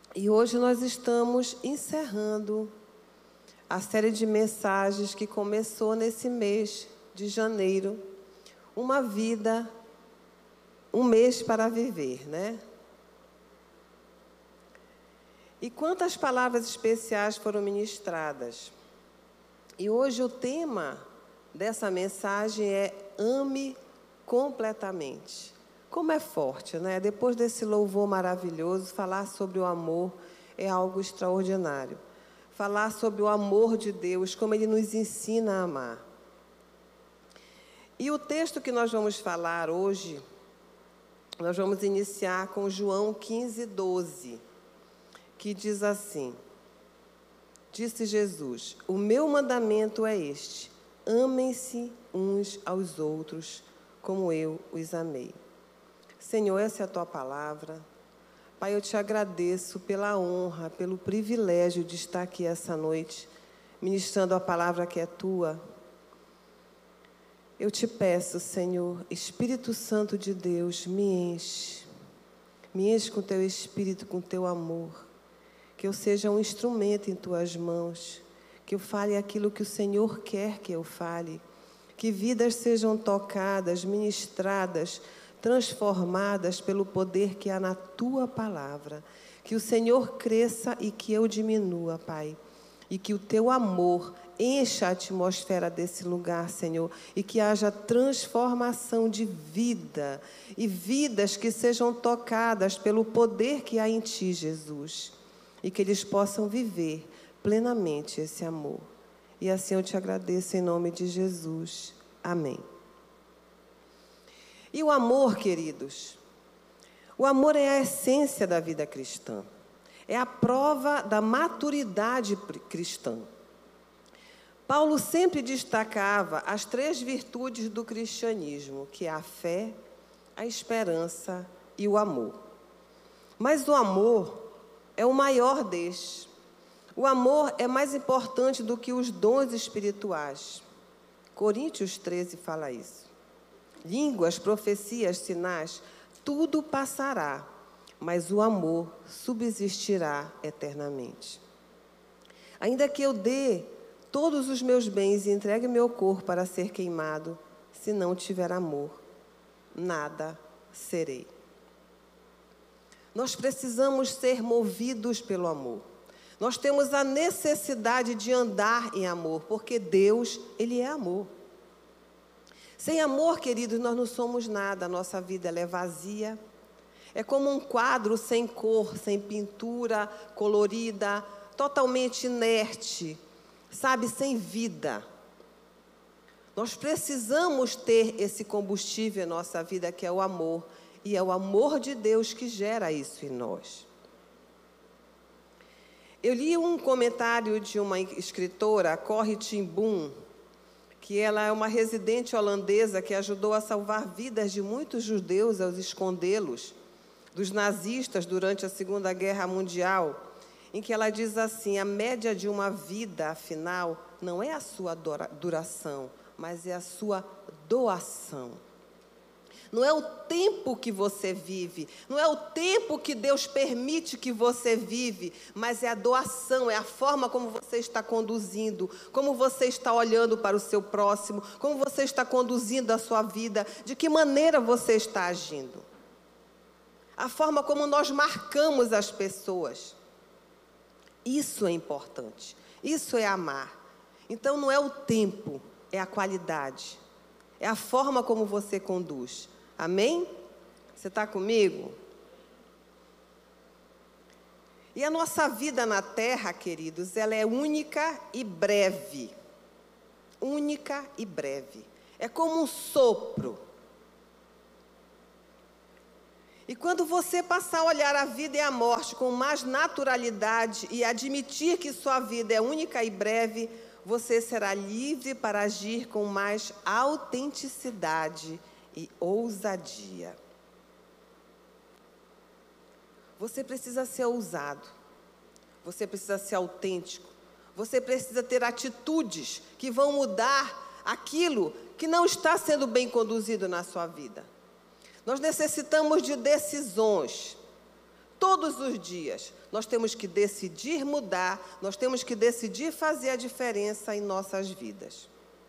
E hoje nós estamos encerrando a série de mensagens que começou nesse mês de janeiro. Uma vida, um mês para viver, né? E quantas palavras especiais foram ministradas. E hoje o tema dessa mensagem é ame completamente. Como é forte, né? Depois desse louvor maravilhoso, falar sobre o amor é algo extraordinário. Falar sobre o amor de Deus, como Ele nos ensina a amar. E o texto que nós vamos falar hoje, nós vamos iniciar com João 15:12, que diz assim: disse Jesus, o meu mandamento é este, amem-se uns aos outros, como eu os amei. Senhor, essa é a Tua palavra. Pai, eu Te agradeço pela honra, pelo privilégio de estar aqui essa noite, ministrando a palavra que é Tua. Eu Te peço, Senhor, Espírito Santo de Deus, me enche com Teu Espírito, com Teu amor, que eu seja um instrumento em Tuas mãos, que eu fale aquilo que o Senhor quer que eu fale, que vidas sejam tocadas, ministradas, transformadas pelo poder que há na Tua palavra. Que o Senhor cresça e que eu diminua, Pai. E que o Teu amor encha a atmosfera desse lugar, Senhor. E que haja transformação de vida. E vidas que sejam tocadas pelo poder que há em Ti, Jesus. E que eles possam viver plenamente esse amor. E assim eu Te agradeço em nome de Jesus. Amém. E o amor, queridos, o amor é a essência da vida cristã. É a prova da maturidade cristã. Paulo sempre destacava as 3 virtudes do cristianismo, que é a fé, a esperança e o amor. Mas o amor é o maior destes. O amor é mais importante do que os dons espirituais. Coríntios 13 fala isso. Línguas, profecias, sinais, tudo passará, mas o amor subsistirá eternamente. Ainda que eu dê todos os meus bens e entregue meu corpo para ser queimado, se não tiver amor, nada serei. Nós precisamos ser movidos pelo amor. Nós temos a necessidade de andar em amor, porque Deus, Ele é amor. Sem amor, queridos, nós não somos nada, a nossa vida ela é vazia. É como um quadro sem cor, sem pintura colorida, totalmente inerte, sabe, sem vida. Nós precisamos ter esse combustível em nossa vida, que é o amor. E é o amor de Deus que gera isso em nós. Eu li um comentário de uma escritora, Corrie ten Boom, que ela é uma residente holandesa que ajudou a salvar vidas de muitos judeus ao escondê-los dos nazistas durante a Segunda Guerra Mundial, em que ela diz assim, a média de uma vida, afinal, não é a sua duração, mas é a sua doação. Não é o tempo que você vive, não é o tempo que Deus permite que você vive, mas é a doação, é a forma como você está conduzindo, como você está olhando para o seu próximo, como você está conduzindo a sua vida, de que maneira você está agindo. A forma como nós marcamos as pessoas. Isso é importante, isso é amar. Então não é o tempo, é a qualidade, é a forma como você conduz. Amém? Você está comigo? E a nossa vida na terra, queridos, ela é única e breve. Única e breve. É como um sopro. E quando você passar a olhar a vida e a morte com mais naturalidade e admitir que sua vida é única e breve, você será livre para agir com mais autenticidade e ousadia. Você precisa ser ousado, você precisa ser autêntico, você precisa ter atitudes que vão mudar aquilo que não está sendo bem conduzido na sua vida. Nós necessitamos de decisões. Todos os dias, nós temos que decidir mudar, nós temos que decidir fazer a diferença em nossas vidas.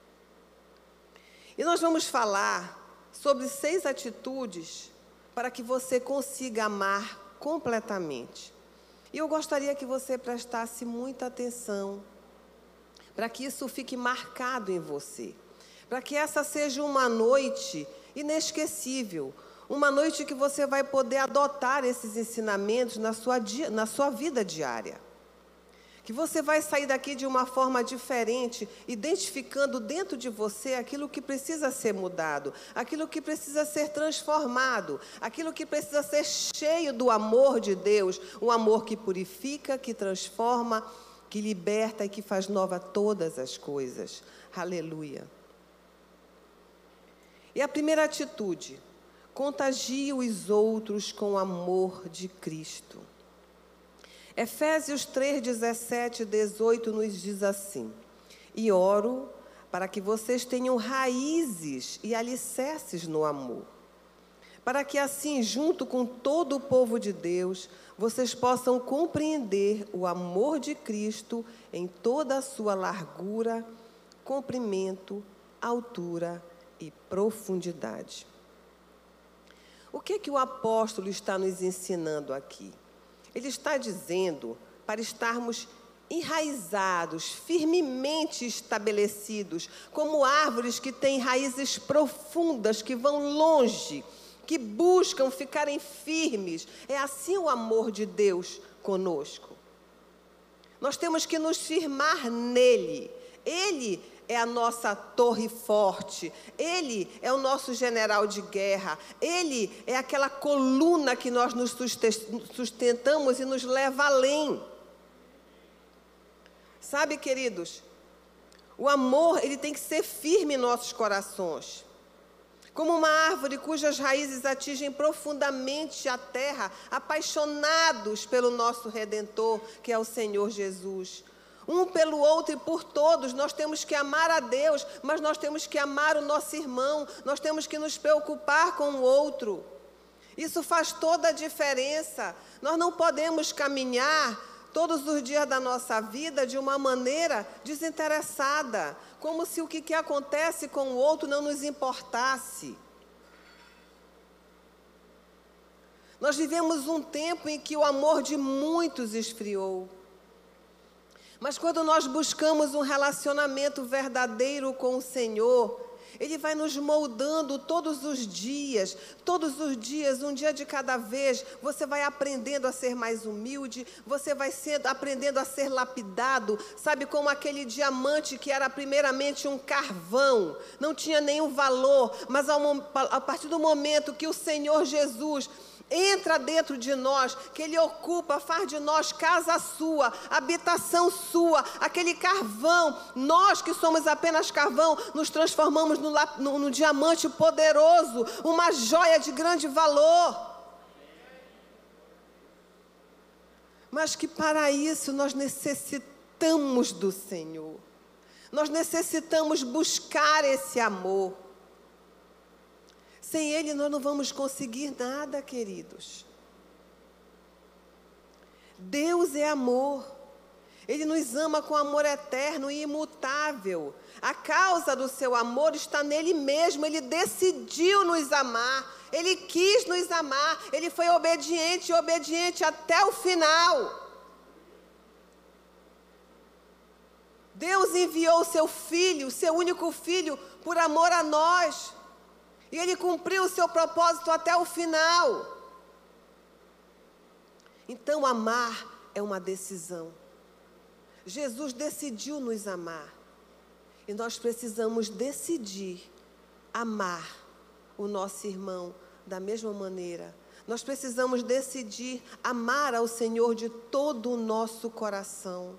E nós vamos falar sobre 6 atitudes para que você consiga amar completamente. E eu gostaria que você prestasse muita atenção, para que isso fique marcado em você, para que essa seja uma noite inesquecível, uma noite que você vai poder adotar esses ensinamentos na sua vida diária. Que você vai sair daqui de uma forma diferente, identificando dentro de você aquilo que precisa ser mudado, aquilo que precisa ser transformado, aquilo que precisa ser cheio do amor de Deus, um amor que purifica, que transforma, que liberta e que faz nova todas as coisas. Aleluia. E a primeira atitude: contagie os outros com o amor de Cristo. Efésios 3, 17 e 18 nos diz assim: e oro para que vocês tenham raízes e alicerces no amor, para que assim, junto com todo o povo de Deus, vocês possam compreender o amor de Cristo em toda a sua largura, comprimento, altura e profundidade. O que o apóstolo está nos ensinando aqui? Ele está dizendo para estarmos enraizados, firmemente estabelecidos, como árvores que têm raízes profundas, que vão longe, que buscam ficarem firmes. É assim o amor de Deus conosco. Nós temos que nos firmar nele. Ele é a nossa torre forte, Ele é o nosso general de guerra, Ele é aquela coluna que nós nos sustentamos e nos leva além. Sabe, queridos, o amor, ele tem que ser firme em nossos corações. Como uma árvore cujas raízes atingem profundamente a terra, apaixonados pelo nosso Redentor, que é o Senhor Jesus. Um pelo outro e por todos, nós temos que amar a Deus, mas nós temos que amar o nosso irmão, nós temos que nos preocupar com o outro. Isso faz toda a diferença. Nós não podemos caminhar todos os dias da nossa vida de uma maneira desinteressada, como se o que acontece com o outro não nos importasse. Nós vivemos um tempo em que o amor de muitos esfriou. Mas quando nós buscamos um relacionamento verdadeiro com o Senhor, Ele vai nos moldando todos os dias, um dia de cada vez. Você vai aprendendo a ser mais humilde, você vai aprendendo a ser lapidado, sabe, como aquele diamante que era primeiramente um carvão, não tinha nenhum valor, mas a partir do momento que o Senhor Jesus entra dentro de nós, que Ele ocupa, faz de nós casa sua, habitação sua, aquele carvão, nós que somos apenas carvão, nos transformamos no diamante poderoso, uma joia de grande valor. Mas que para isso nós necessitamos do Senhor, nós necessitamos buscar esse amor. Sem Ele nós não vamos conseguir nada, queridos. Deus é amor. Ele nos ama com amor eterno e imutável. A causa do seu amor está nele mesmo. Ele decidiu nos amar. Ele quis nos amar. Ele foi obediente até o final. Deus enviou o seu Filho, o seu único Filho, por amor a nós. E Ele cumpriu o seu propósito até o final. Então, amar é uma decisão. Jesus decidiu nos amar. E nós precisamos decidir amar o nosso irmão da mesma maneira. Nós precisamos decidir amar ao Senhor de todo o nosso coração.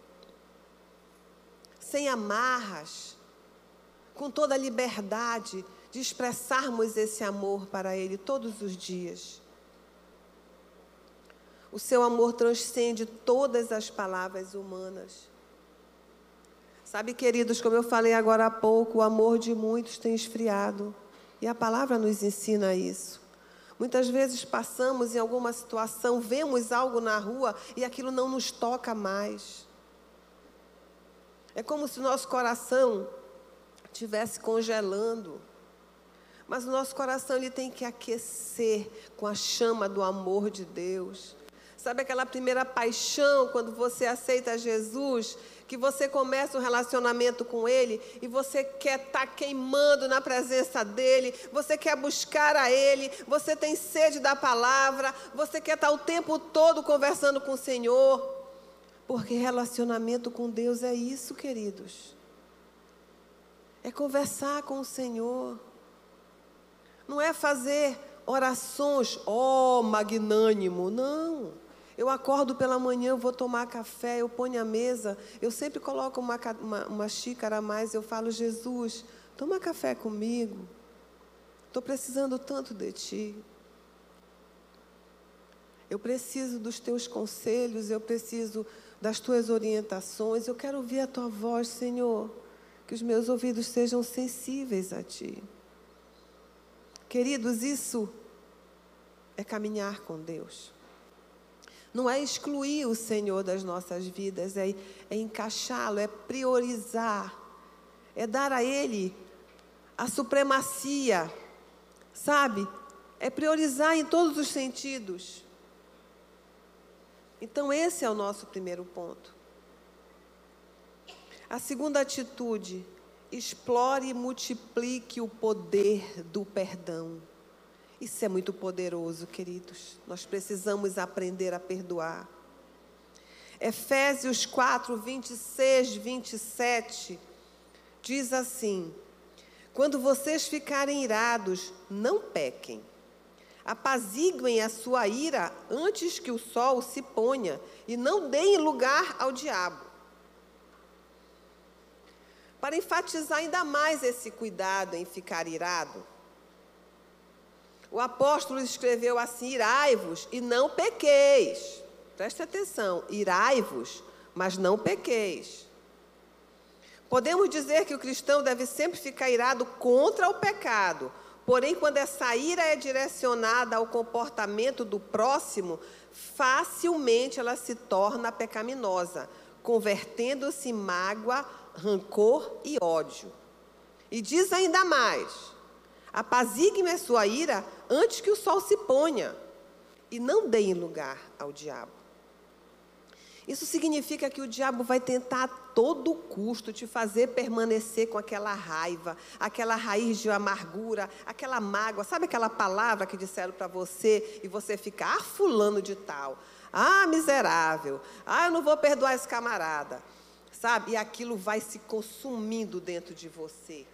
Sem amarras, com toda a liberdade de expressarmos esse amor para Ele todos os dias. O seu amor transcende todas as palavras humanas. Sabe, queridos, como eu falei agora há pouco, o amor de muitos tem esfriado. E a palavra nos ensina isso. Muitas vezes passamos em alguma situação, vemos algo na rua e aquilo não nos toca mais. É como se o nosso coração estivesse congelando. Mas o nosso coração ele tem que aquecer com a chama do amor de Deus. Sabe aquela primeira paixão quando você aceita Jesus, que você começa um relacionamento com Ele e você quer estar queimando na presença dEle, você quer buscar a Ele, você tem sede da palavra, você quer estar o tempo todo conversando com o Senhor, porque relacionamento com Deus é isso, queridos. É conversar com o Senhor. Não é fazer orações, magnânimo, não. Eu acordo pela manhã, vou tomar café, eu ponho a mesa, eu sempre coloco uma xícara a mais, eu falo, Jesus, toma café comigo, estou precisando tanto de Ti. Eu preciso dos Teus conselhos, eu preciso das Tuas orientações, eu quero ouvir a Tua voz, Senhor, que os meus ouvidos sejam sensíveis a Ti. Queridos, isso é caminhar com Deus. Não é excluir o Senhor das nossas vidas, é encaixá-lo, é priorizar, é dar a Ele a supremacia, sabe? É priorizar em todos os sentidos. Então, esse é o nosso primeiro ponto. A segunda atitude, explore e multiplique o poder do perdão. Isso é muito poderoso, queridos. Nós precisamos aprender a perdoar. Efésios 4, 26, 27, diz assim: quando vocês ficarem irados, não pequem. Apaziguem a sua ira antes que o sol se ponha e não deem lugar ao diabo. Para enfatizar ainda mais esse cuidado em ficar irado, o apóstolo escreveu assim: irai-vos e não pequeis. Preste atenção, irai-vos, mas não pequeis. Podemos dizer que o cristão deve sempre ficar irado contra o pecado, porém, quando essa ira é direcionada ao comportamento do próximo, facilmente ela se torna pecaminosa, convertendo-se em mágoa, rancor e ódio. E diz ainda mais: apaziguem a sua ira antes que o sol se ponha, e não deem lugar ao diabo. Isso significa que o diabo vai tentar a todo custo te fazer permanecer com aquela raiva, aquela raiz de amargura, aquela mágoa. Sabe aquela palavra que disseram para você e você fica, fulano de tal, miserável, eu não vou perdoar esse camarada, sabe? E aquilo vai se consumindo dentro de você.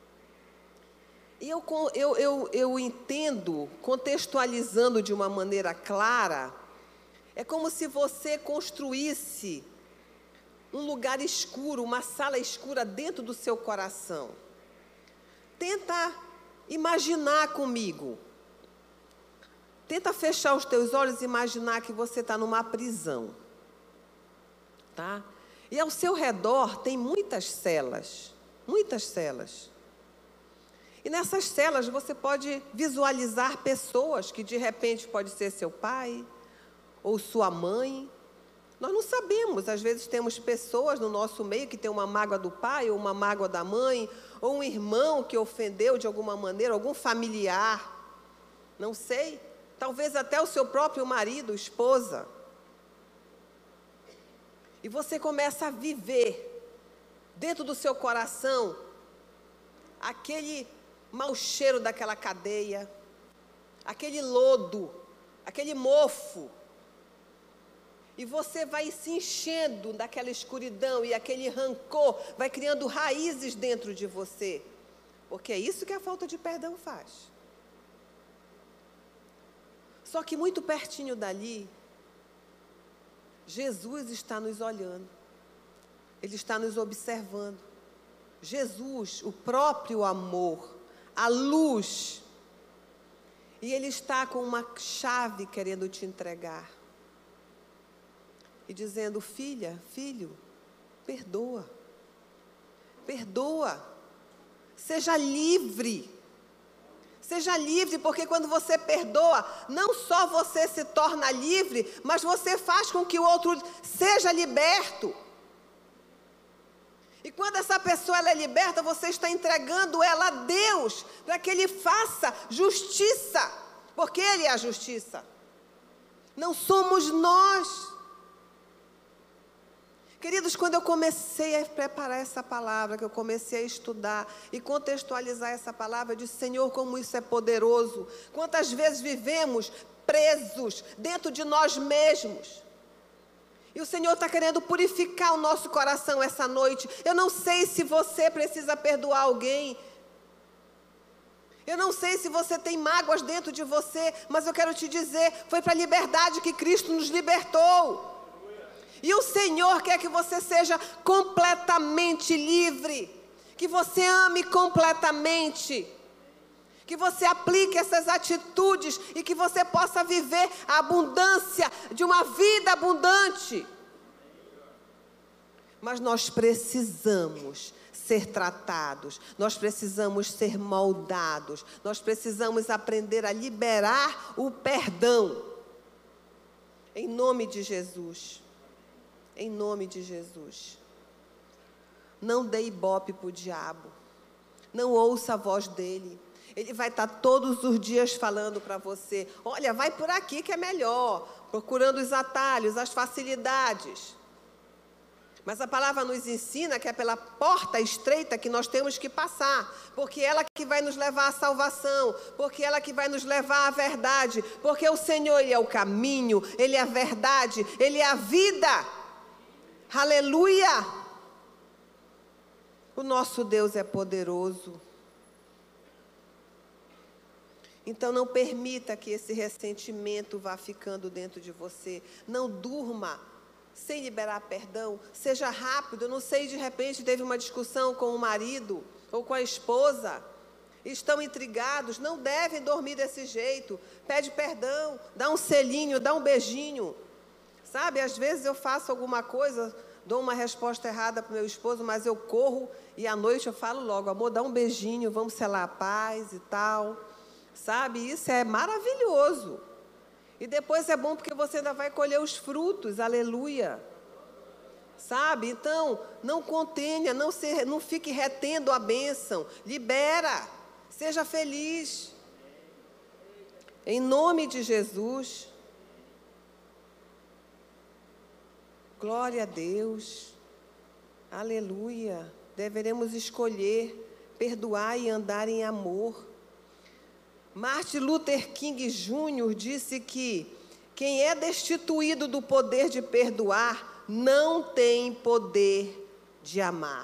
E eu entendo, contextualizando de uma maneira clara, é como se você construísse um lugar escuro, uma sala escura dentro do seu coração. Tenta imaginar comigo. Tenta fechar os teus olhos e imaginar que você está numa prisão. Tá? E ao seu redor tem muitas celas. Muitas celas. E nessas celas você pode visualizar pessoas que de repente pode ser seu pai ou sua mãe. Nós não sabemos, às vezes temos pessoas no nosso meio que têm uma mágoa do pai ou uma mágoa da mãe, ou um irmão que ofendeu de alguma maneira, algum familiar, não sei, talvez até o seu próprio marido, esposa. E você começa a viver dentro do seu coração aquele mau cheiro daquela cadeia, aquele lodo, aquele mofo. E você vai se enchendo daquela escuridão e aquele rancor vai criando raízes dentro de você. Porque é isso que a falta de perdão faz. Só que muito pertinho dali, Jesus está nos olhando. Ele está nos observando. Jesus, o próprio amor, a luz. E Ele está com uma chave querendo te entregar. E dizendo, filha, filho, perdoa. Perdoa. Seja livre. Seja livre, porque quando você perdoa, não só você se torna livre, mas você faz com que o outro seja liberto. E quando essa pessoa ela é liberta, você está entregando ela a Deus, para que Ele faça justiça, porque Ele é a justiça. Não somos nós. Queridos, quando eu comecei a preparar essa palavra, que eu comecei a estudar e contextualizar essa palavra, eu disse, Senhor, como isso é poderoso. Quantas vezes vivemos presos dentro de nós mesmos. E o Senhor está querendo purificar o nosso coração essa noite. Eu não sei se você precisa perdoar alguém. Eu não sei se você tem mágoas dentro de você, mas eu quero te dizer, foi para a liberdade que Cristo nos libertou. E o Senhor quer que você seja completamente livre, que você ame completamente, que você aplique essas atitudes e que você possa viver a abundância de uma vida abundante. Mas nós precisamos ser tratados, nós precisamos ser moldados, nós precisamos aprender a liberar o perdão. Em nome de Jesus. Em nome de Jesus. Não dê ibope para o diabo. Não ouça a voz dele. Ele vai estar todos os dias falando para você, olha, vai por aqui que é melhor, procurando os atalhos, as facilidades. Mas a palavra nos ensina que é pela porta estreita que nós temos que passar, porque ela que vai nos levar à salvação, porque ela que vai nos levar à verdade, porque o Senhor, Ele é o caminho, Ele é a verdade, Ele é a vida. Aleluia! O nosso Deus é poderoso. Então não permita que esse ressentimento vá ficando dentro de você. Não durma sem liberar perdão. Seja rápido. Eu não sei, de repente teve uma discussão com o marido ou com a esposa. Estão intrigados, não devem dormir desse jeito. Pede perdão, dá um selinho, dá um beijinho. Sabe, às vezes eu faço alguma coisa, dou uma resposta errada para o meu esposo, mas eu corro e à noite eu falo logo, amor, dá um beijinho, vamos selar a paz e tal. Sabe, isso é maravilhoso. E depois é bom porque você ainda vai colher os frutos, aleluia. Sabe, então, não contenha, não fique retendo a bênção, libera, seja feliz. Em nome de Jesus. Glória a Deus, aleluia. Deveremos escolher perdoar e andar em amor. Martin Luther King Jr. disse que quem é destituído do poder de perdoar não tem poder de amar.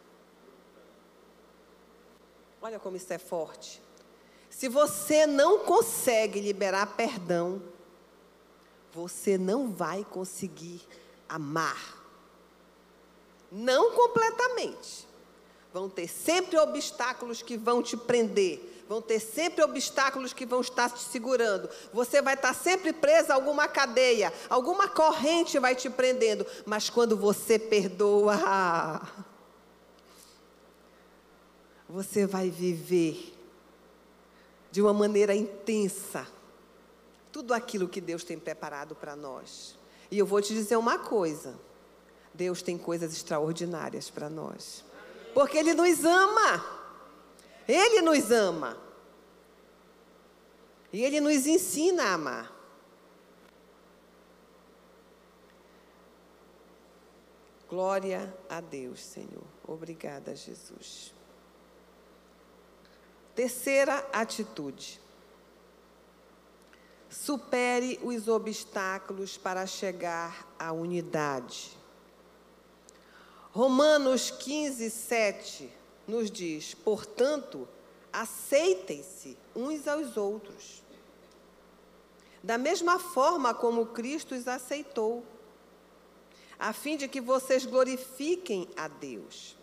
Olha como isso é forte. Se você não consegue liberar perdão, você não vai conseguir amar. Não completamente. Vão ter sempre obstáculos que vão te prender. Vão ter sempre obstáculos que vão estar te segurando. Você vai estar sempre preso a alguma cadeia. Alguma corrente vai te prendendo. Mas quando você perdoa, você vai viver de uma maneira intensa tudo aquilo que Deus tem preparado para nós. E eu vou te dizer uma coisa, Deus tem coisas extraordinárias para nós, porque Ele nos ama, Ele nos ama, e Ele nos ensina a amar. Glória a Deus, Senhor. Obrigada, Jesus. Terceira atitude. Supere os obstáculos para chegar à unidade. Romanos 15, 7 nos diz, portanto, aceitem-se uns aos outros, da mesma forma como Cristo os aceitou, a fim de que vocês glorifiquem a Deus.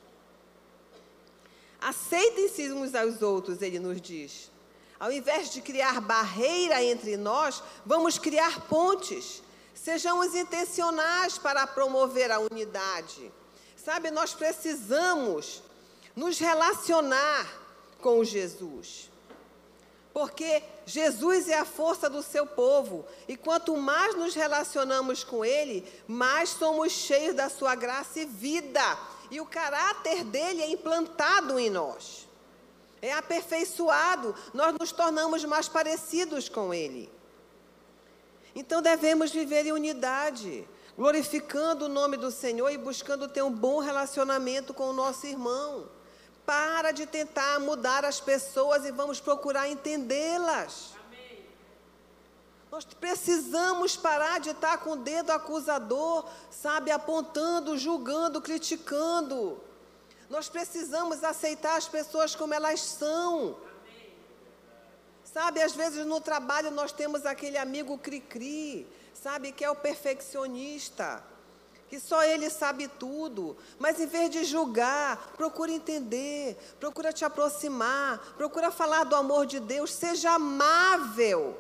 Aceitem-se uns aos outros, ele nos diz. Ao invés de criar barreira entre nós, vamos criar pontes. Sejamos intencionais para promover a unidade. Sabe, nós precisamos nos relacionar com Jesus. Porque Jesus é a força do seu povo. E quanto mais nos relacionamos com Ele, mais somos cheios da sua graça e vida. E o caráter dele é implantado em nós. É aperfeiçoado. Nós nos tornamos mais parecidos com Ele. Então devemos viver em unidade, glorificando o nome do Senhor e buscando ter um bom relacionamento com o nosso irmão. Para de tentar mudar as pessoas e vamos procurar entendê-las. Nós precisamos parar de estar com o dedo acusador, sabe, apontando, julgando, criticando. Nós precisamos aceitar as pessoas como elas são. Sabe, às vezes no trabalho nós temos aquele amigo cri-cri, sabe, que é o perfeccionista, que só ele sabe tudo. Mas em vez de julgar, procura entender, procura te aproximar, procura falar do amor de Deus, seja amável.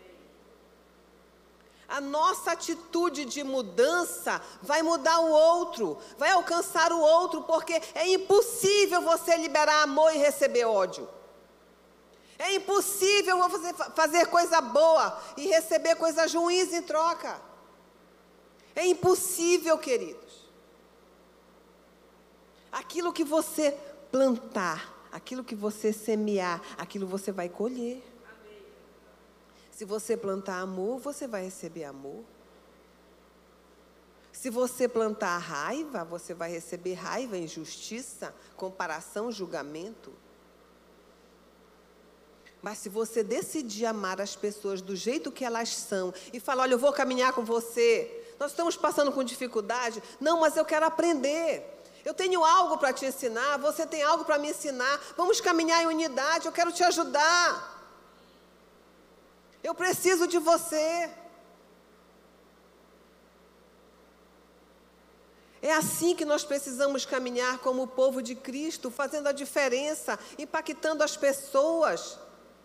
A nossa atitude de mudança vai mudar o outro, vai alcançar o outro, porque é impossível você liberar amor e receber ódio. É impossível você fazer coisa boa e receber coisas ruins em troca. É impossível, queridos. Aquilo que você plantar, aquilo que você semear, aquilo você vai colher. Se você plantar amor, você vai receber amor. Se você plantar raiva, você vai receber raiva, injustiça, comparação, julgamento. Mas se você decidir amar as pessoas do jeito que elas são e falar, olha, eu vou caminhar com você, nós estamos passando com dificuldade, não, mas eu quero aprender. Eu tenho algo para te ensinar, você tem algo para me ensinar, vamos caminhar em unidade, eu quero te ajudar. Eu preciso de você. É assim que nós precisamos caminhar como o povo de Cristo, fazendo a diferença, impactando as pessoas.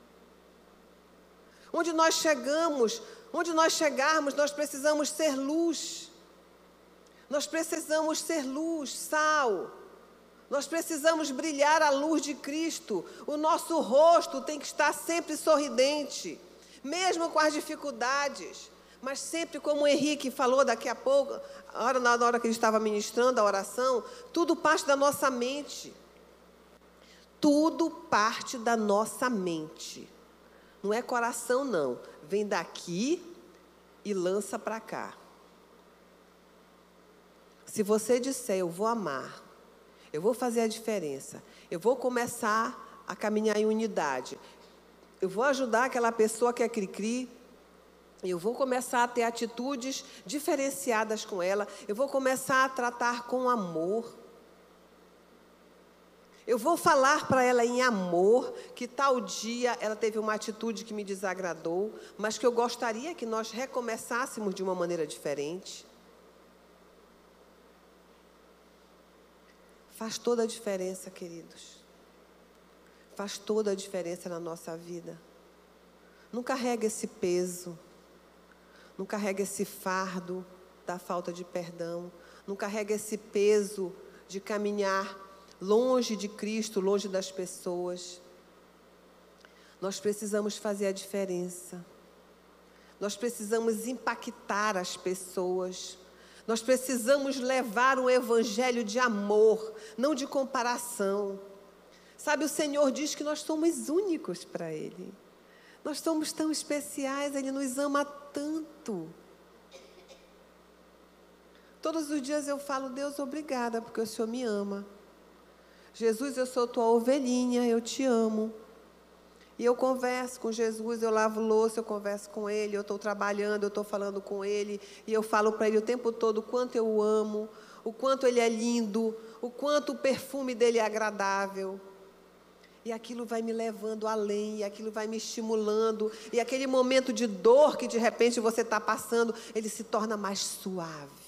Onde nós chegamos, onde nós chegarmos, nós precisamos ser luz. Nós precisamos ser luz, sal. Nós precisamos brilhar a luz de Cristo. O nosso rosto tem que estar sempre sorridente, mesmo com as dificuldades. Mas sempre, como o Henrique falou daqui a pouco, na hora que ele estava ministrando a oração, tudo parte da nossa mente. Tudo parte da nossa mente. Não é coração, não. Vem daqui e lança para cá. Se você disser, eu vou amar, eu vou fazer a diferença, eu vou começar a caminhar em unidade, eu vou ajudar aquela pessoa que é cri-cri, eu vou começar a ter atitudes diferenciadas com ela, eu vou começar a tratar com amor. Eu vou falar para ela em amor que tal dia ela teve uma atitude que me desagradou, mas que eu gostaria que nós recomeçássemos de uma maneira diferente. Faz toda a diferença, queridos. Faz toda a diferença na nossa vida. Não carrega esse peso, não carrega esse fardo da falta de perdão, não carrega esse peso de caminhar longe de Cristo, longe das pessoas. Nós precisamos fazer a diferença. Nós precisamos impactar as pessoas. Nós precisamos levar um evangelho de amor, não de comparação. Sabe, o Senhor diz que nós somos únicos para Ele. Nós somos tão especiais, Ele nos ama tanto. Todos os dias eu falo, Deus, obrigada, porque o Senhor me ama. Jesus, eu sou tua ovelhinha, eu te amo. E eu converso com Jesus, eu lavo louça, eu converso com Ele, eu estou trabalhando, eu estou falando com Ele, e eu falo para Ele o tempo todo o quanto eu o amo, o quanto Ele é lindo, o quanto o perfume dEle é agradável. E aquilo vai me levando além, e aquilo vai me estimulando, e aquele momento de dor que de repente você está passando, ele se torna mais suave.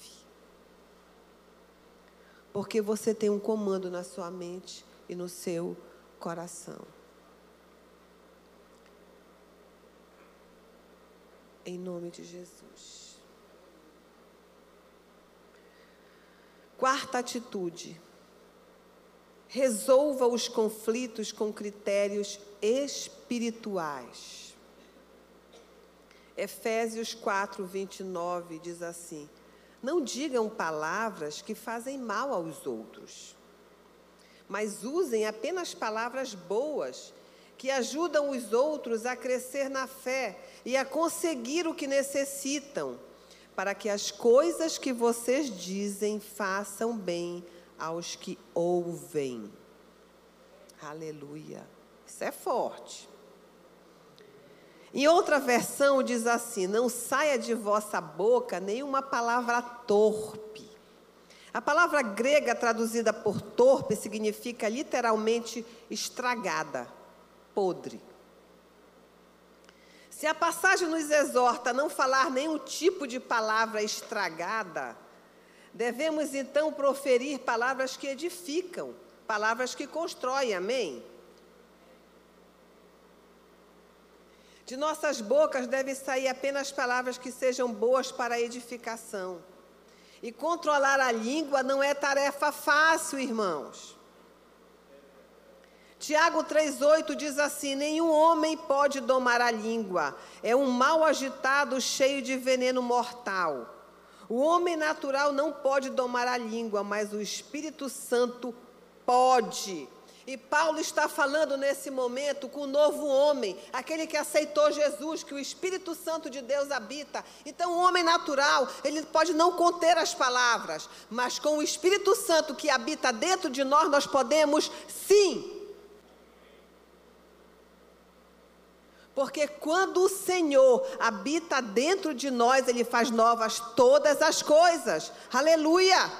Porque você tem um comando na sua mente e no seu coração. Em nome de Jesus. Quarta atitude Resolva os conflitos com critérios espirituais. Efésios 4, 29 diz assim: não digam palavras que fazem mal aos outros, mas usem apenas palavras boas, que ajudam os outros a crescer na fé e a conseguir o que necessitam, para que as coisas que vocês dizem façam bem aos que ouvem. Aleluia. Isso é forte. Em outra versão diz assim: não saia de vossa boca nenhuma palavra torpe. A palavra grega traduzida por torpe significa literalmente estragada, podre. Se a passagem nos exorta a não falar nenhum tipo de palavra estragada, devemos então proferir palavras que edificam, palavras que constroem, amém? De nossas bocas devem sair apenas palavras que sejam boas para a edificação. E controlar a língua não é tarefa fácil, irmãos. Tiago 3,8 diz assim: nenhum homem pode domar a língua, é um mal agitado cheio de veneno mortal. O homem natural não pode domar a língua, mas o Espírito Santo pode. E Paulo está falando nesse momento com o novo homem, aquele que aceitou Jesus, que o Espírito Santo de Deus habita. Então o homem natural, ele pode não conter as palavras, mas com o Espírito Santo que habita dentro de nós, nós podemos sim. Porque quando o Senhor habita dentro de nós, Ele faz novas todas as coisas. Aleluia!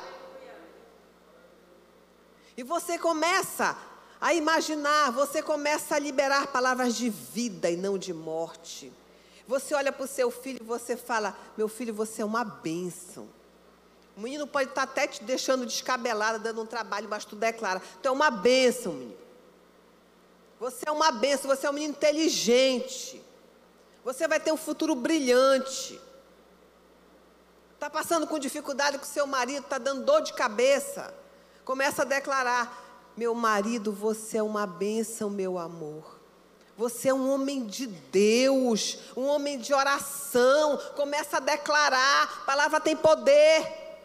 E você começa a imaginar, você começa a liberar palavras de vida e não de morte. Você olha para o seu filho e você fala: meu filho, você é uma bênção. O menino pode estar até te deixando descabelada, dando um trabalho, mas tu declara: tu é uma bênção, menino. Você é uma bênção, você é um menino inteligente. Você vai ter um futuro brilhante. Está passando com dificuldade com seu marido, está dando dor de cabeça. Começa a declarar: meu marido, você é uma bênção, meu amor. Você é um homem de Deus, um homem de oração. Começa a declarar, a palavra tem poder.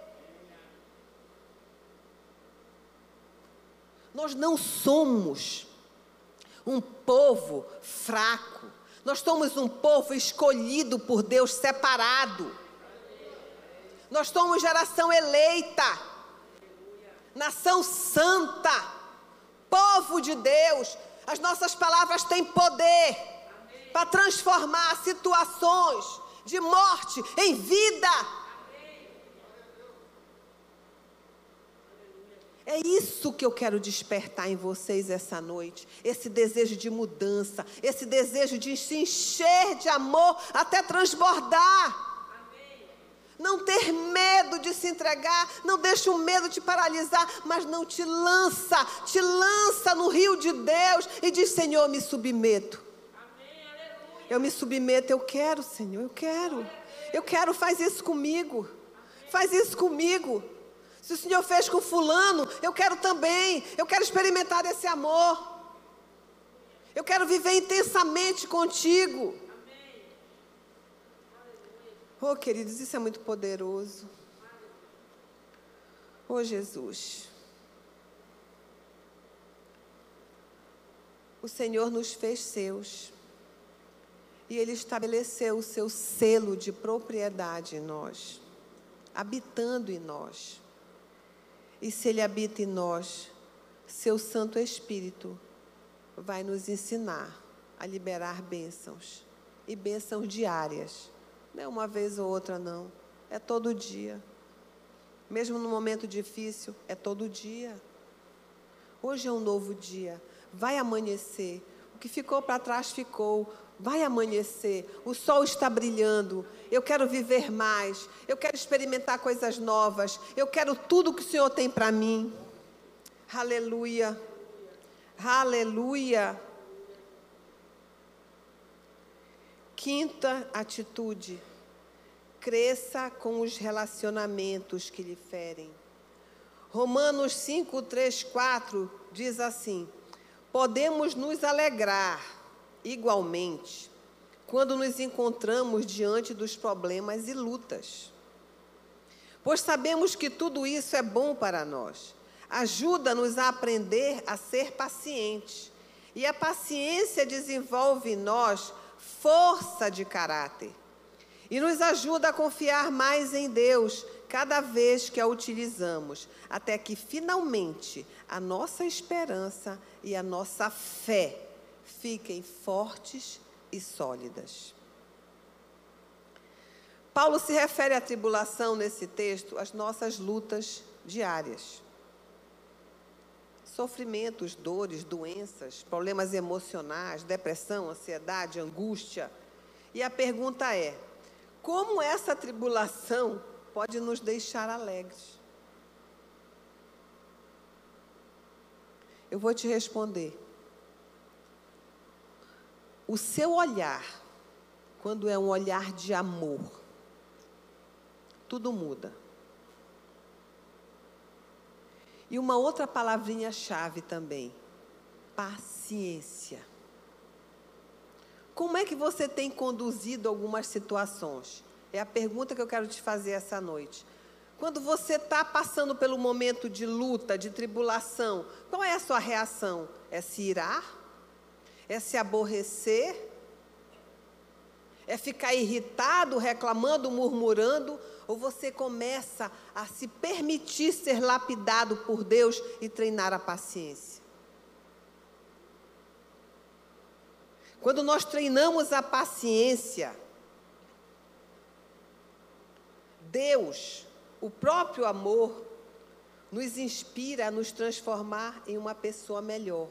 Nós não somos um povo fraco. Nós somos um povo escolhido por Deus, separado. Nós somos geração eleita, nação santa, povo de Deus. As nossas palavras têm poder para transformar situações de morte em vida. É isso que eu quero despertar em vocês essa noite. Esse desejo de mudança, esse desejo de se encher de amor até transbordar. Não ter medo de se entregar, não deixa o medo te paralisar, mas não te lança no rio de Deus e diz: Senhor, eu me submeto. Eu me submeto, eu quero, Senhor, eu quero, faz isso comigo. Faz isso comigo. Se o Senhor fez com fulano, eu quero também. Eu quero experimentar esse amor. Eu quero viver intensamente contigo. Oh, queridos, isso é muito poderoso. Oh, Jesus. O Senhor nos fez seus. E Ele estabeleceu o seu selo de propriedade em nós, habitando em nós. E se Ele habita em nós, seu Santo Espírito vai nos ensinar a liberar bênçãos. E bênçãos diárias. Não é uma vez ou outra, não. É todo dia. Mesmo no momento difícil, é todo dia. Hoje é um novo dia. Vai amanhecer. O que ficou para trás ficou. Vai amanhecer. O sol está brilhando. Eu quero viver mais. Eu quero experimentar coisas novas. Eu quero tudo que o Senhor tem para mim. Aleluia. Aleluia. Quinta atitude: cresça com os relacionamentos que lhe ferem. Romanos 5, 3, 4 diz assim: podemos nos alegrar igualmente quando nos encontramos diante dos problemas e lutas, pois sabemos que tudo isso é bom para nós. Ajuda-nos a aprender a ser pacientes, e a paciência desenvolve em nós força de caráter e nos ajuda a confiar mais em Deus cada vez que a utilizamos, até que finalmente a nossa esperança e a nossa fé fiquem fortes e sólidas. Paulo se refere à tribulação nesse texto às nossas lutas diárias. Sofrimentos, dores, doenças, problemas emocionais, depressão, ansiedade, angústia. E a pergunta é: como essa tribulação pode nos deixar alegres? Eu vou te responder. O seu olhar, quando é um olhar de amor, tudo muda. E uma outra palavrinha-chave também: paciência. Como é que você tem conduzido algumas situações? É a pergunta que eu quero te fazer essa noite. Quando você está passando pelo momento de luta, de tribulação, qual é a sua reação? É se irar? É se aborrecer? É ficar irritado, reclamando, murmurando? Ou você começa a se permitir ser lapidado por Deus e treinar a paciência? Quando nós treinamos a paciência, Deus, o próprio amor, nos inspira a nos transformar em uma pessoa melhor.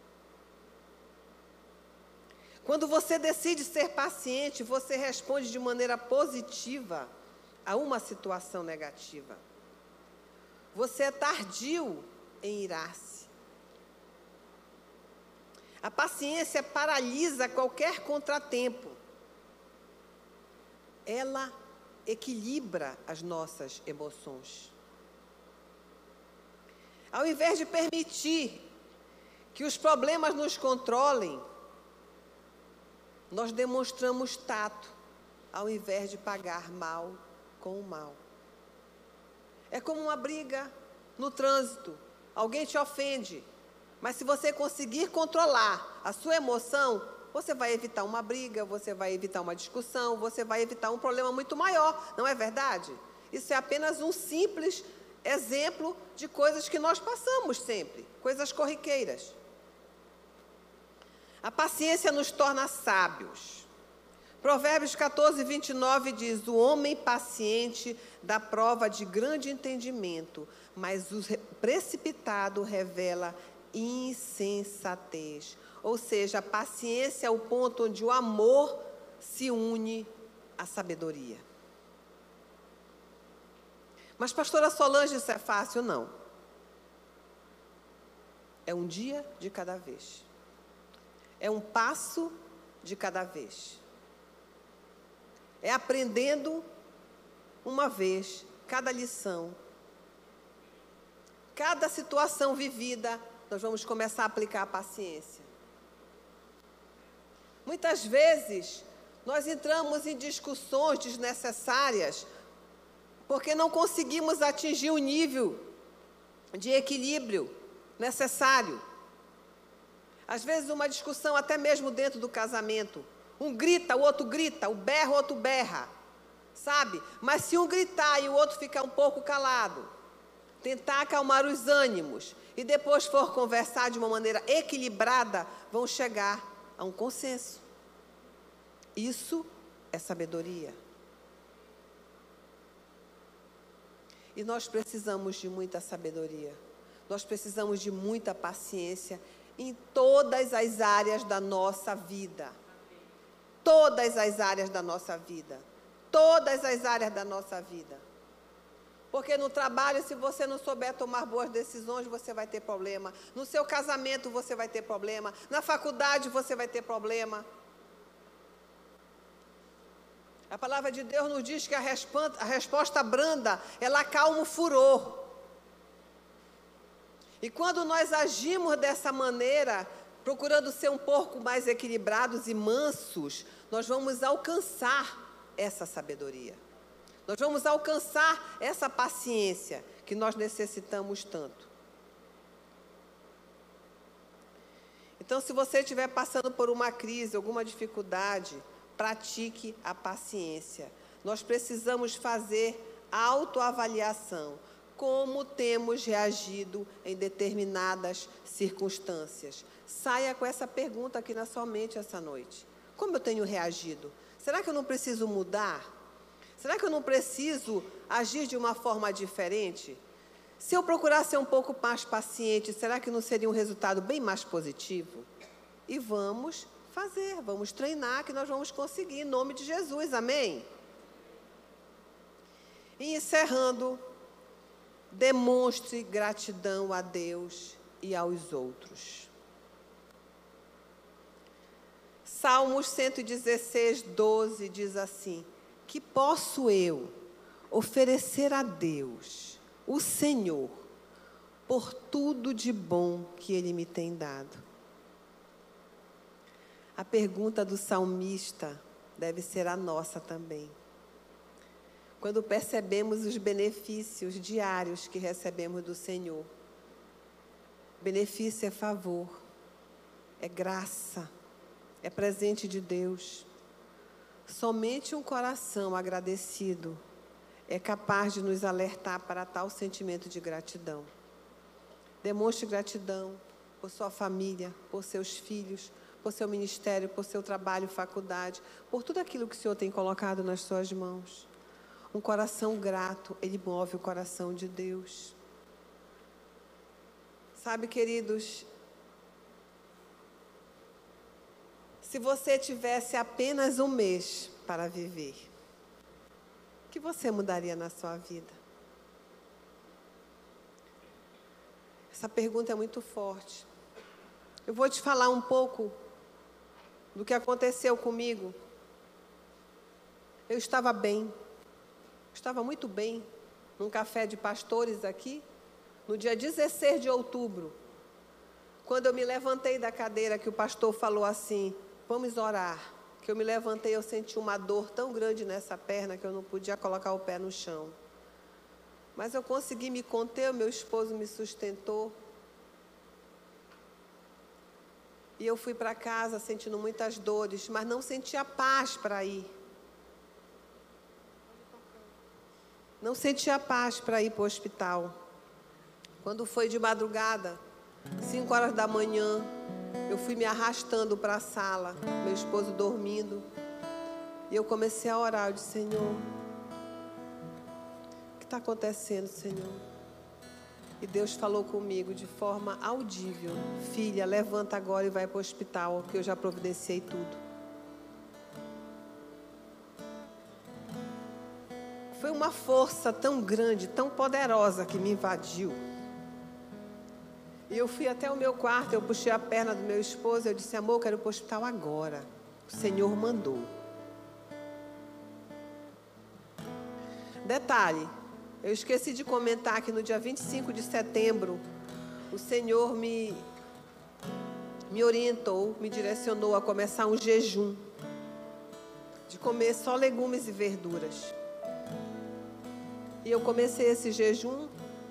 Quando você decide ser paciente, você responde de maneira positiva a uma situação negativa. Você é tardio em irar-se. A paciência paralisa qualquer contratempo. Ela equilibra as nossas emoções. Ao invés de permitir que os problemas nos controlem, nós demonstramos tato, ao invés de pagar mal com o mal. É como uma briga no trânsito. Alguém te ofende, mas se você conseguir controlar a sua emoção, você vai evitar uma briga, você vai evitar uma discussão, você vai evitar um problema muito maior, não é verdade? Isso é apenas um simples exemplo de coisas que nós passamos sempre, coisas corriqueiras. A paciência nos torna sábios. Provérbios 14, 29 diz: o homem paciente dá prova de grande entendimento, mas o precipitado revela insensatez. Ou seja, a paciência é o ponto onde o amor se une à sabedoria. Mas, pastora Solange, isso é fácil? Não. É um dia de cada vez. É um passo de cada vez. É aprendendo uma vez, cada lição. Cada situação vivida, nós vamos começar a aplicar a paciência. Muitas vezes, nós entramos em discussões desnecessárias porque não conseguimos atingir o nível de equilíbrio necessário. Às vezes, uma discussão até mesmo dentro do casamento. Um grita, o outro grita, o berra, o outro berra, sabe? Mas se um gritar e o outro ficar um pouco calado, tentar acalmar os ânimos e depois for conversar de uma maneira equilibrada, vão chegar a um consenso. Isso é sabedoria. E nós precisamos de muita sabedoria. Nós precisamos de muita paciência em todas as áreas da nossa vida. Todas as áreas da nossa vida. Todas as áreas da nossa vida. Porque no trabalho, se você não souber tomar boas decisões, você vai ter problema. No seu casamento, você vai ter problema. Na faculdade, você vai ter problema. A palavra de Deus nos diz que a resposta branda, ela acalma o furor. E quando nós agimos dessa maneira, procurando ser um pouco mais equilibrados e mansos, nós vamos alcançar essa sabedoria. Nós vamos alcançar essa paciência que nós necessitamos tanto. Então, se você estiver passando por uma crise, alguma dificuldade, pratique a paciência. Nós precisamos fazer autoavaliação. Como temos reagido em determinadas circunstâncias? Saia com essa pergunta aqui na sua mente essa noite. Como eu tenho reagido? Será que eu não preciso mudar? Será que eu não preciso agir de uma forma diferente? Se eu procurar ser um pouco mais paciente, será que não seria um resultado bem mais positivo? E vamos fazer, vamos treinar, que nós vamos conseguir, em nome de Jesus, amém? E encerrando, demonstre gratidão a Deus e aos outros. Salmos 116, 12 diz assim: que posso eu oferecer a Deus, o Senhor, por tudo de bom que Ele me tem dado? A pergunta do salmista deve ser a nossa também. Quando percebemos os benefícios diários que recebemos do Senhor, benefício é favor, é graça, é presente de Deus. Somente um coração agradecido é capaz de nos alertar para tal sentimento de gratidão. Demonstre gratidão por sua família, por seus filhos, por seu ministério, por seu trabalho, faculdade, por tudo aquilo que o Senhor tem colocado nas suas mãos. Um coração grato, ele move o coração de Deus. Sabe, queridos, se você tivesse apenas um mês para viver, o que você mudaria na sua vida? Essa pergunta é muito forte. Eu vou te falar um pouco do que aconteceu comigo. Eu estava bem, estava muito bem, num café de pastores aqui, no dia 16 de outubro, quando eu me levantei da cadeira, que o pastor falou assim: vamos orar. Que eu me levantei, eu senti uma dor tão grande nessa perna que eu não podia colocar o pé no chão. Mas eu consegui me conter, o meu esposo me sustentou. E eu fui para casa sentindo muitas dores, mas não sentia paz para ir. Não sentia paz para ir para o hospital. Quando foi de madrugada, 5 horas da manhã, eu fui me arrastando para a sala, meu esposo dormindo. E eu comecei a orar, eu disse: Senhor, o que está acontecendo, Senhor? E Deus falou comigo de forma audível: filha, levanta agora e vai para o hospital, que eu já providenciei tudo. Foi uma força tão grande, tão poderosa que me invadiu. E eu fui até o meu quarto, eu puxei a perna do meu esposo, eu disse: amor, eu quero ir para o hospital agora. O Senhor mandou. Detalhe, eu esqueci de comentar que no dia 25 de setembro, o Senhor me orientou, me direcionou a começar um jejum, de comer só legumes e verduras. E eu comecei esse jejum,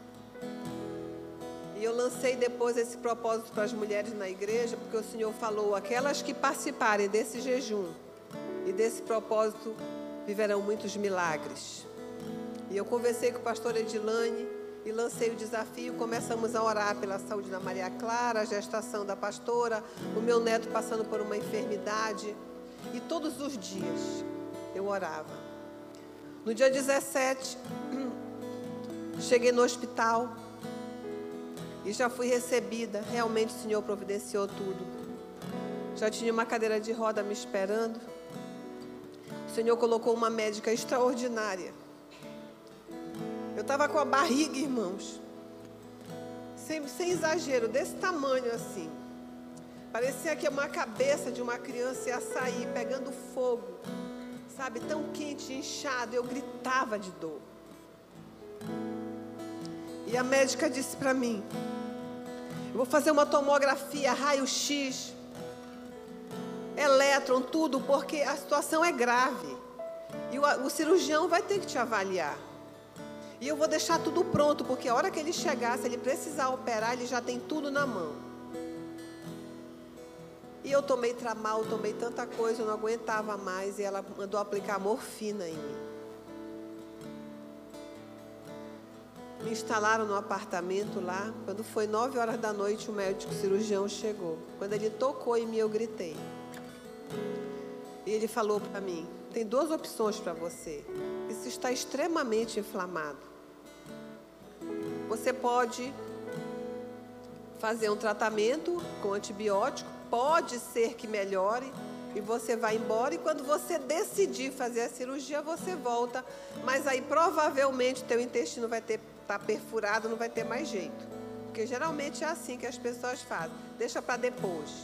e eu lancei depois esse propósito para as mulheres na igreja, porque o Senhor falou: aquelas que participarem desse jejum e desse propósito viverão muitos milagres. E eu conversei com o pastor Edilane e lancei o desafio. Começamos a orar pela saúde da Maria Clara, a gestação da pastora, o meu neto passando por uma enfermidade. E todos os dias eu orava. No dia 17, cheguei no hospital e já fui recebida. Realmente o Senhor providenciou tudo. Já tinha uma cadeira de roda me esperando. O Senhor colocou uma médica extraordinária. Eu estava com a barriga, irmãos, sem exagero, desse tamanho assim. Parecia que uma cabeça de uma criança ia sair, pegando fogo, sabe, tão quente, inchado. Eu gritava de dor. E a médica disse para mim: Eu vou fazer uma tomografia, raio-x, elétron, tudo, porque a situação é grave. E o cirurgião vai ter que te avaliar. E eu vou deixar tudo pronto, porque a hora que ele chegar, se ele precisar operar, ele já tem tudo na mão. E eu tomei Tramal, tomei tanta coisa, eu não aguentava mais. E ela mandou aplicar morfina em mim. Me instalaram no apartamento lá. Quando foi 9 horas da noite, o médico cirurgião chegou. Quando ele tocou em mim, eu gritei. E ele falou para mim: tem 2 opções para você. Isso está extremamente inflamado. Você pode fazer um tratamento com antibiótico, pode ser que melhore e você vai embora, e quando você decidir fazer a cirurgia, você volta, mas aí provavelmente teu intestino vai estar perfurado, não vai ter mais jeito, porque geralmente é assim que as pessoas fazem, deixa para depois.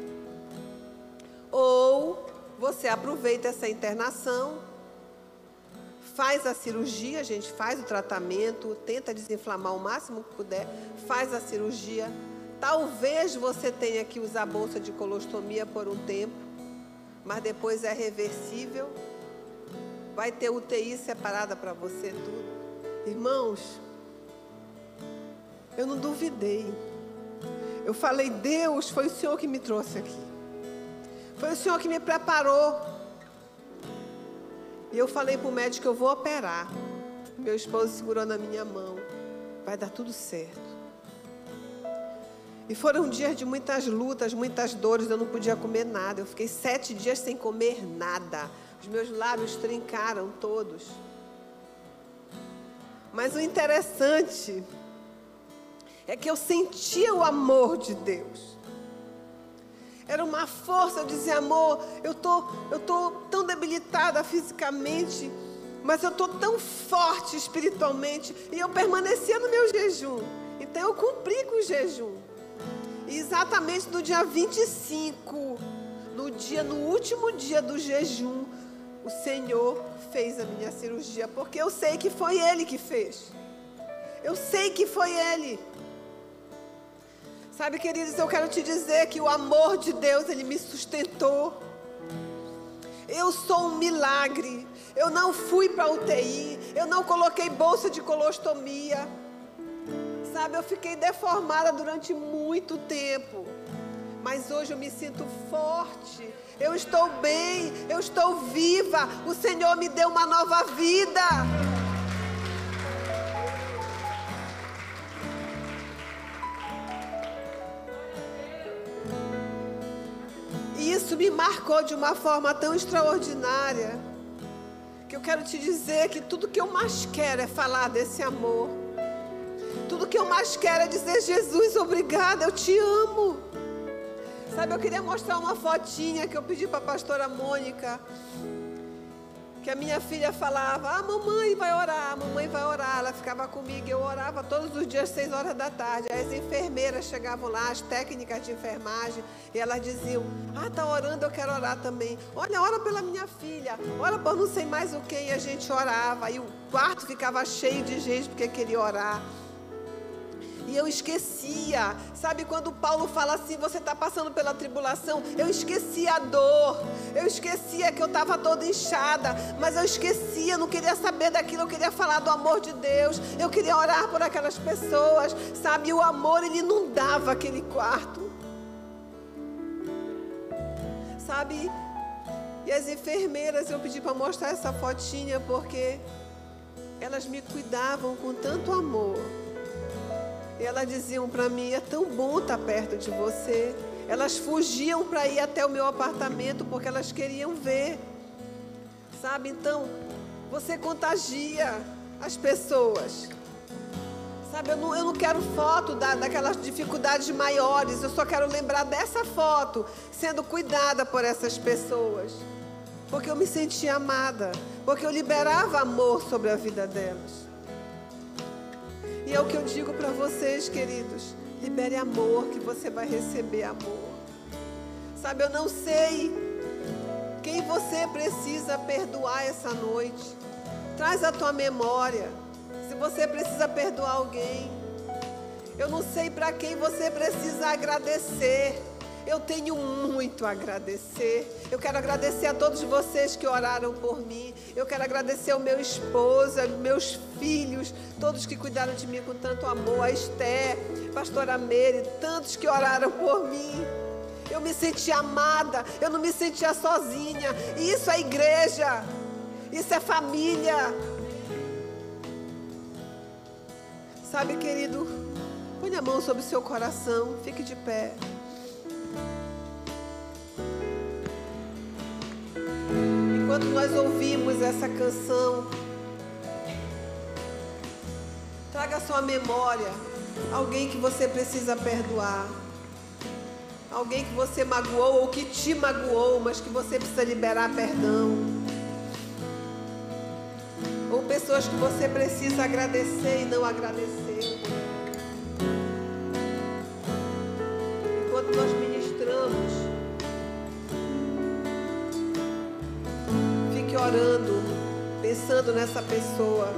Ou você aproveita essa internação, faz a cirurgia, a gente faz o tratamento, tenta desinflamar o máximo que puder, faz a cirurgia. Talvez você tenha que usar a bolsa de colostomia por um tempo, mas depois é reversível. Vai ter UTI separada para você, tudo. Irmãos, eu não duvidei. Eu falei: Deus, foi o Senhor que me trouxe aqui. Foi o Senhor que me preparou. E eu falei para o médico: eu vou operar. Meu esposo segurou na minha mão. Vai dar tudo certo. E foram dias de muitas lutas, muitas dores. Eu não podia comer nada. Eu fiquei 7 dias sem comer nada. Os meus lábios trincaram todos. Mas o interessante é que eu sentia o amor de Deus. Era uma força, eu dizia: amor, eu tô tão debilitada fisicamente, mas eu tô tão forte espiritualmente. E eu permanecia no meu jejum. Então eu cumpri com o jejum. E exatamente no dia 25, no último dia do jejum, o Senhor fez a minha cirurgia, porque eu sei que foi Ele que fez. Eu sei que foi Ele. Sabe, queridos, eu quero te dizer que o amor de Deus, Ele me sustentou. Eu sou um milagre. Eu não fui para UTI. Eu não coloquei bolsa de colostomia. Sabe, eu fiquei deformada durante muito tempo. Mas hoje eu me sinto forte. Eu estou bem. Eu estou viva. O Senhor me deu uma nova vida. Isso me marcou de uma forma tão extraordinária, que eu quero te dizer que tudo que eu mais quero é falar desse amor. Tudo que eu mais quero é dizer: Jesus, obrigada, eu te amo. Sabe, eu queria mostrar uma fotinha que eu pedi para a pastora Mônica, que a minha filha falava: a mamãe vai orar, a mamãe vai orar. Ela ficava comigo e eu orava todos os dias, 6 horas da tarde. Aí as enfermeiras chegavam lá, as técnicas de enfermagem, e elas diziam: ah, tá orando, eu quero orar também. Olha, ora pela minha filha, ora por não sei mais o que. E a gente orava, e o quarto ficava cheio de gente porque queria orar. E eu esquecia, sabe, quando Paulo fala assim: você está passando pela tribulação, eu esquecia a dor, eu esquecia que eu estava toda inchada, mas eu esquecia, não queria saber daquilo, eu queria falar do amor de Deus, eu queria orar por aquelas pessoas, sabe, o amor, ele inundava aquele quarto, sabe, e as enfermeiras, eu pedi para mostrar essa fotinha, porque elas me cuidavam com tanto amor. E elas diziam para mim: é tão bom estar perto de você. Elas fugiam para ir até o meu apartamento porque elas queriam ver. Sabe, então, você contagia as pessoas. Sabe, eu não quero foto daquelas dificuldades maiores. Eu só quero lembrar dessa foto, sendo cuidada por essas pessoas. Porque eu me sentia amada. Porque eu liberava amor sobre a vida delas. E é o que eu digo para vocês, queridos: libere amor, que você vai receber amor. Sabe, eu não sei quem você precisa perdoar essa noite. Traz à tua memória, se você precisa perdoar alguém. Eu não sei para quem você precisa agradecer. Eu tenho muito a agradecer. Eu quero agradecer a todos vocês que oraram por mim. Eu quero agradecer ao meu esposo, meus filhos, todos que cuidaram de mim com tanto amor, a Esther, pastora Meire, tantos que oraram por mim. Eu me senti amada, eu não me sentia sozinha. E isso é igreja, isso é família. Sabe, querido, põe a mão sobre o seu coração, fique de pé. Enquanto nós ouvimos essa canção, traga à sua memória alguém que você precisa perdoar. Alguém que você magoou ou que te magoou, mas que você precisa liberar perdão. Ou pessoas que você precisa agradecer e não agradeceu. Enquanto nós ministramos, fique orando, pensando nessa pessoa.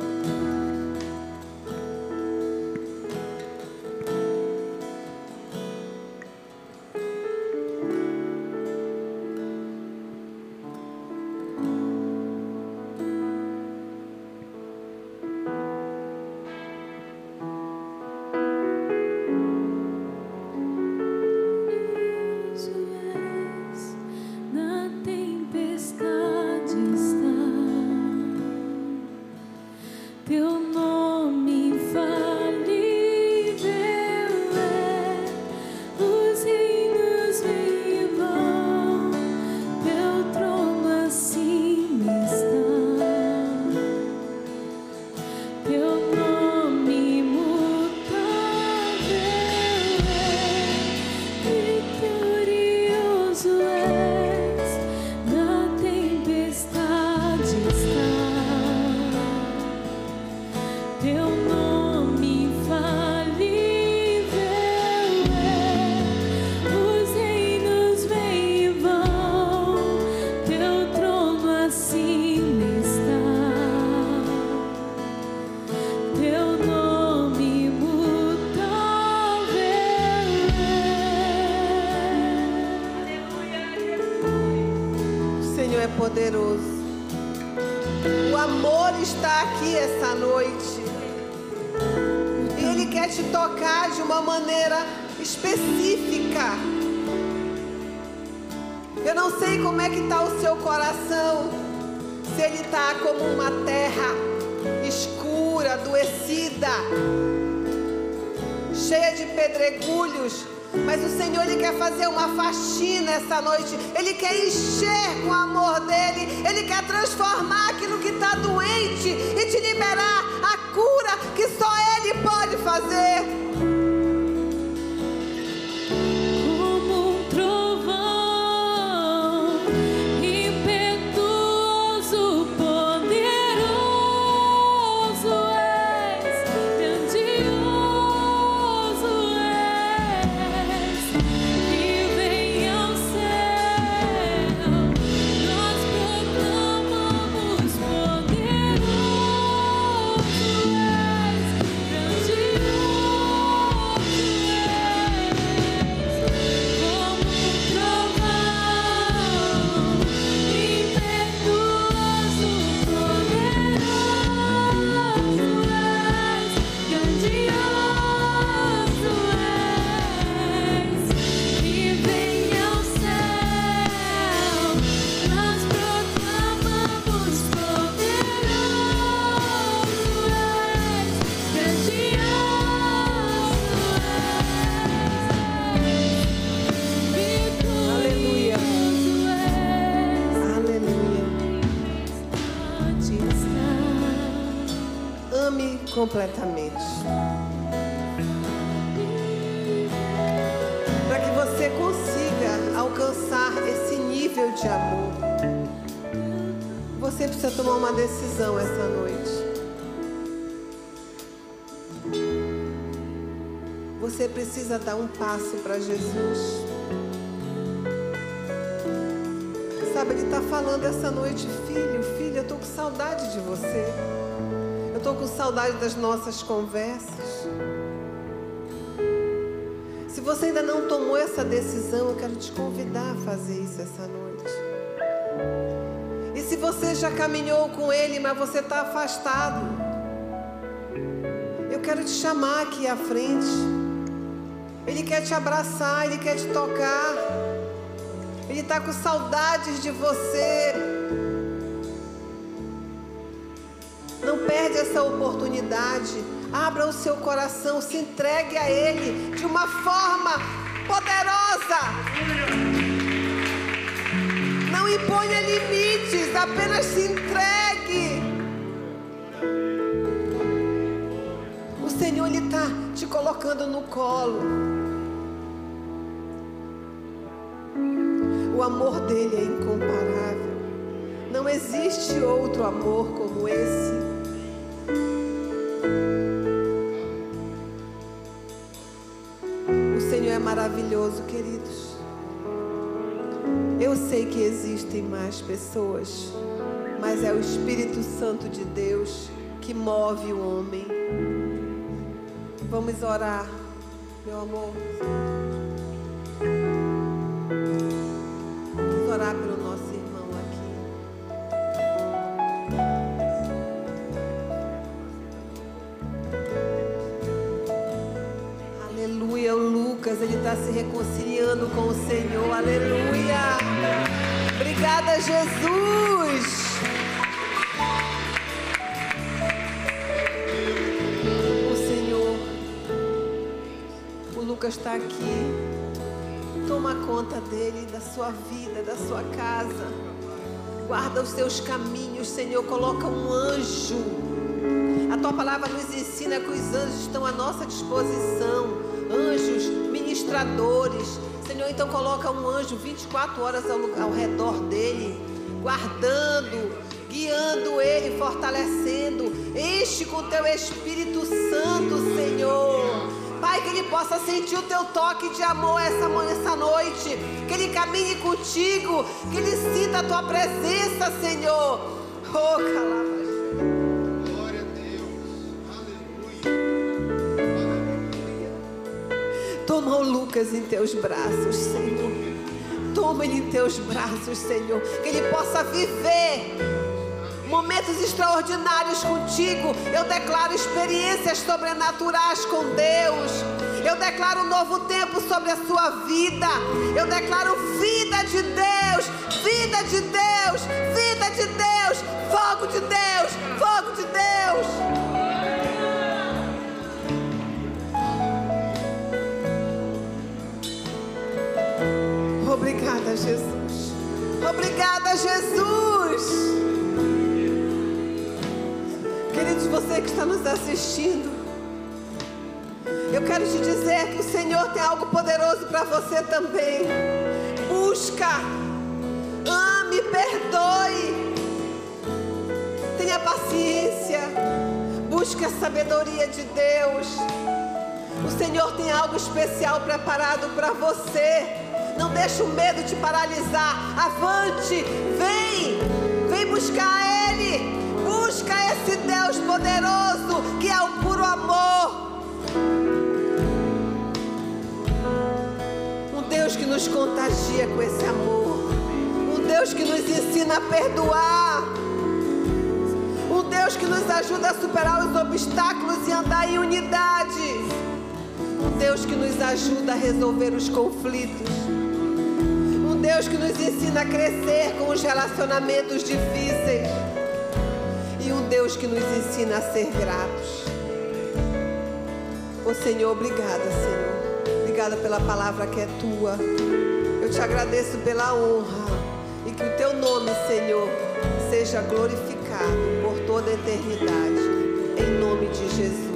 Poderoso. O amor está aqui essa noite. E Ele quer te tocar de uma maneira específica. Eu não sei como é que está o seu coração. Se ele está como uma terra escura, adoecida, cheia de pedregulhos. Mas o Senhor, Ele quer fazer uma faxina essa noite. Ele quer encher com o amor dEle. Ele quer transformar aquilo que está doente e te liberar a cura que só Ele pode fazer. Completamente, para que você consiga alcançar esse nível de amor. Você precisa tomar uma decisão essa noite. Você precisa dar um passo para Jesus. Sabe, Ele está falando essa noite: filho, filha, eu estou com saudade de você. Eu estou com saudade das nossas conversas. Se você ainda não tomou essa decisão, eu quero te convidar a fazer isso essa noite. E se você já caminhou com Ele, mas você está afastado, eu quero te chamar aqui à frente. Ele quer te abraçar, Ele quer te tocar. Ele está com saudades de você. Não perde essa oportunidade. Abra o seu coração, se entregue a Ele de uma forma poderosa. Não imponha limites, apenas se entregue. O Senhor, Ele está te colocando no colo. O amor dele é incomparável. Não existe outro amor como esse. O Senhor é maravilhoso, queridos. Eu sei que existem mais pessoas, mas é o Espírito Santo de Deus que move o homem. Vamos orar, meu amor. Vamos orar pelo nosso irmão aqui. Aleluia, o Lucas, ele está se reconciliando com o Senhor. Aleluia. Obrigada, Jesus. Lucas está aqui. Toma conta dele, da sua vida, da sua casa. Guarda os seus caminhos, Senhor. Coloca um anjo. A tua palavra nos ensina que os anjos estão à nossa disposição. Anjos, ministradores. Senhor, então coloca um anjo 24 horas ao redor dele, guardando, guiando ele, fortalecendo. Enche com teu Espírito Santo, Senhor. Pai, que ele possa sentir o teu toque de amor essa noite. Que ele caminhe contigo. Que ele sinta a tua presença, Senhor. Oh, calabas. Glória a Deus. Aleluia. Toma o Lucas em teus braços, Senhor. Toma ele em teus braços, Senhor. Que ele possa viver momentos extraordinários contigo. Eu declaro experiências sobrenaturais com Deus. Eu declaro um novo tempo sobre a sua vida. Eu declaro vida de Deus, vida de Deus, vida de Deus, fogo de Deus, fogo de Deus. Obrigada, Jesus. Obrigada, Jesus. Queridos, você que está nos assistindo, eu quero te dizer que o Senhor tem algo poderoso para você também. Busca, ame, perdoe, tenha paciência, busque a sabedoria de Deus. O Senhor tem algo especial preparado para você. Não deixe o medo te paralisar. Avante, vem buscar Ele. Busca esse Deus poderoso que é o puro amor. Um Deus que nos contagia com esse amor. Um Deus que nos ensina a perdoar. Um Deus que nos ajuda a superar os obstáculos e andar em unidade. Um Deus que nos ajuda a resolver os conflitos. Um Deus que nos ensina a crescer com os relacionamentos difíceis. E um Deus que nos ensina a ser gratos. Ô Senhor, obrigada, Senhor. Obrigada pela palavra que é tua. Eu te agradeço pela honra. E que o teu nome, Senhor, seja glorificado por toda a eternidade. Em nome de Jesus.